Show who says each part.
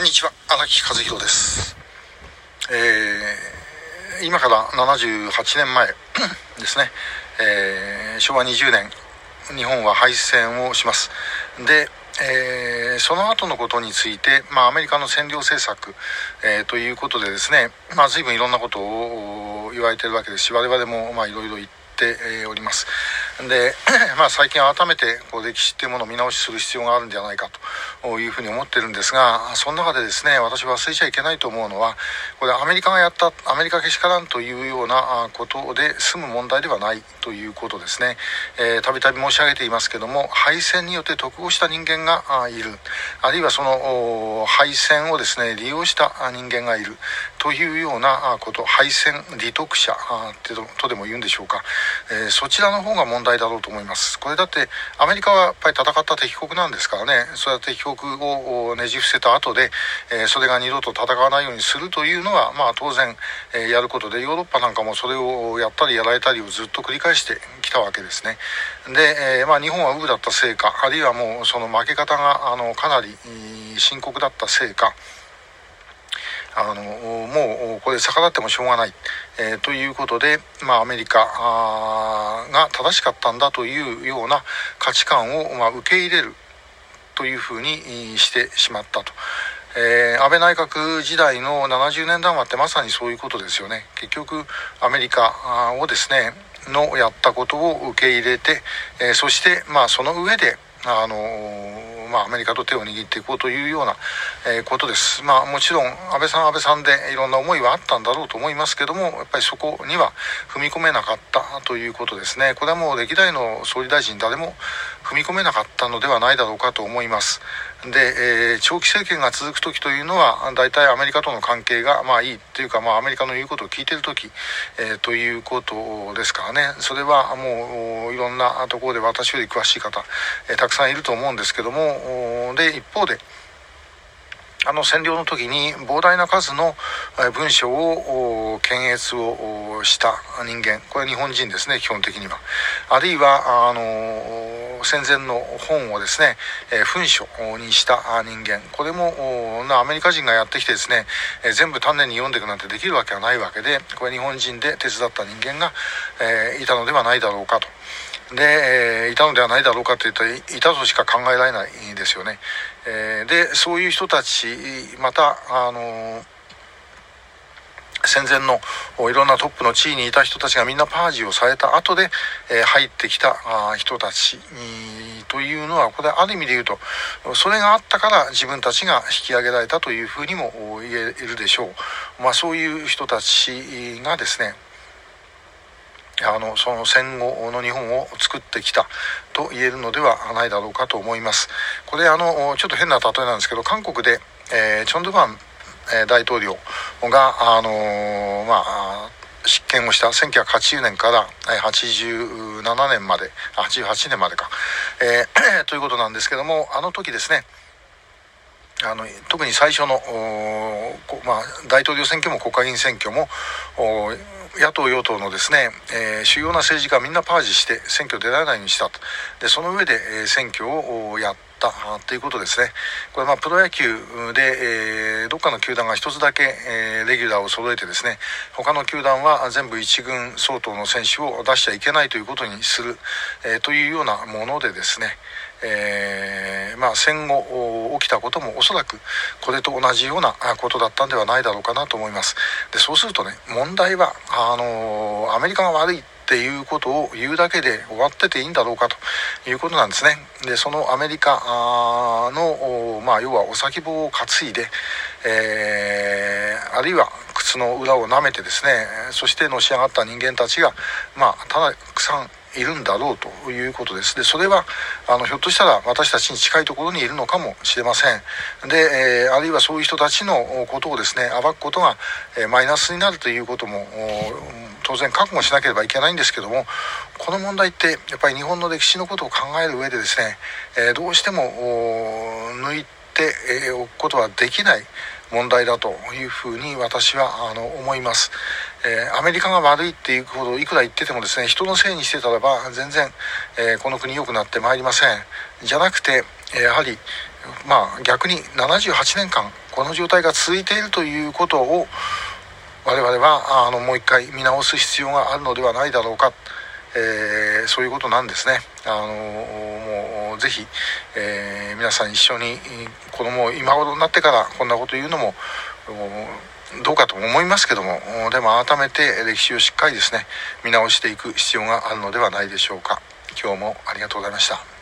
Speaker 1: んにちは、荒木和弘です。今から78年前ですね、昭和20年日本は敗戦をします。で、その後のことについて、アメリカの占領政策、ということでですね、随分いろんなことを言われているわけですし、我々もいろいろ言っております。で、最近改めて歴史っていうものを見直しする必要があるんじゃないかというふうに思ってるんですが、その中でですね、私忘れちゃいけないと思うのは、これアメリカがやったアメリカけしからんというようなことで済む問題ではないということですね。たびたび申し上げていますけども、敗戦によって得をした人間がいる、あるいはその敗戦をですね利用した人間がいるというようなこと、敗戦利得者とでも言うんでしょうか。そちらの方が問題だろうと思います。これだってアメリカはやっぱり戦った敵国なんですからね。そうやって敵国をねじ伏せた後で、それが二度と戦わないようにするというのは当然、やることで、ヨーロッパなんかもそれをやったりやられたりをずっと繰り返してきたわけですね。で、日本はウーだったせいか、あるいはもうその負け方がかなり深刻だったせいか、もうこれ逆らってもしょうがない、ということで、アメリカが正しかったんだというような価値観を受け入れるというふうにしてしまったと。安倍内閣時代の70年談話ってまさにそういうことですよね。結局アメリカをですねのやったことを受け入れて、そしてその上でアメリカと手を握っていこうというような、ことです。もちろん安倍さんでいろんな思いはあったんだろうと思いますけども、やっぱりそこには踏み込めなかったということですね。これはもう歴代の総理大臣誰も踏み込めなかったのではないだろうかと思います。で、長期政権が続く時というのは大体アメリカとの関係がいいというか、アメリカの言うことを聞いている時、ということですからね。それはもういろんなところで私より詳しい方、たくさんいると思うんですけども、で一方で占領の時に膨大な数の文書を検閲をした人間、これは日本人ですね、基本的には。あるいは戦前の本をですね、文書にした人間、これもアメリカ人がやってきてですね、全部丹念に読んでいくなんてできるわけはないわけで、これ日本人で手伝った人間が、いたのではないだろうかと。で、いたのではないだろうかというと、いたとしか考えられないですよね。で、そういう人たち、また戦前のいろんなトップの地位にいた人たちがみんなパージをされた後で、入ってきた人たちというのは、これある意味で言うと、それがあったから自分たちが引き上げられたというふうにも言えるでしょう。そういう人たちがですね、その戦後の日本を作ってきたと言えるのではないだろうかと思います。これちょっと変な例えなんですけど、韓国で、チョンドゥファン大統領が執権をした1980年から87年まで88年までか、ということなんですけども、時ですね、特に最初の大統領選挙も国会議員選挙も野党与党のですね、主要な政治家みんなパージして選挙出られないようにしたと。でその上で、選挙をやったということですね。これプロ野球で、どっかの球団が一つだけ、レギュラーを揃えてですね、他の球団は全部一軍相当の選手を出しちゃいけないということにする、というようなものでですね、戦後起きたこともおそらくこれと同じようなことだったんではないだろうかなと思います。でそうするとね、問題はアメリカが悪いっていうことを言うだけで終わってていいんだろうかということなんですね。でそのアメリカの要はお先棒を担いで、あるいは靴の裏を舐めてですね、そしてのし上がった人間たちがたくさんいるんだろうということです。でそれはひょっとしたら私たちに近いところにいるのかもしれません。で、あるいはそういう人たちのことをですね暴くことが、マイナスになるということも当然覚悟しなければいけないんですけども、この問題ってやっぱり日本の歴史のことを考える上でですね、どうしても抜いておくことはできない問題だというふうに私は思います。アメリカが悪いっていうことをいくら言っててもですね、人のせいにしてたらば全然、この国良くなってまいりません。じゃなくてやはり逆に78年間この状態が続いているということを我々はもう一回見直す必要があるのではないだろうか、そういうことなんですね。もうぜひ、皆さん一緒に子供を今頃になってからこんなこと言うのもどうかと思いますけども、でも改めて歴史をしっかりですね見直していく必要があるのではないでしょうか。今日もありがとうございました。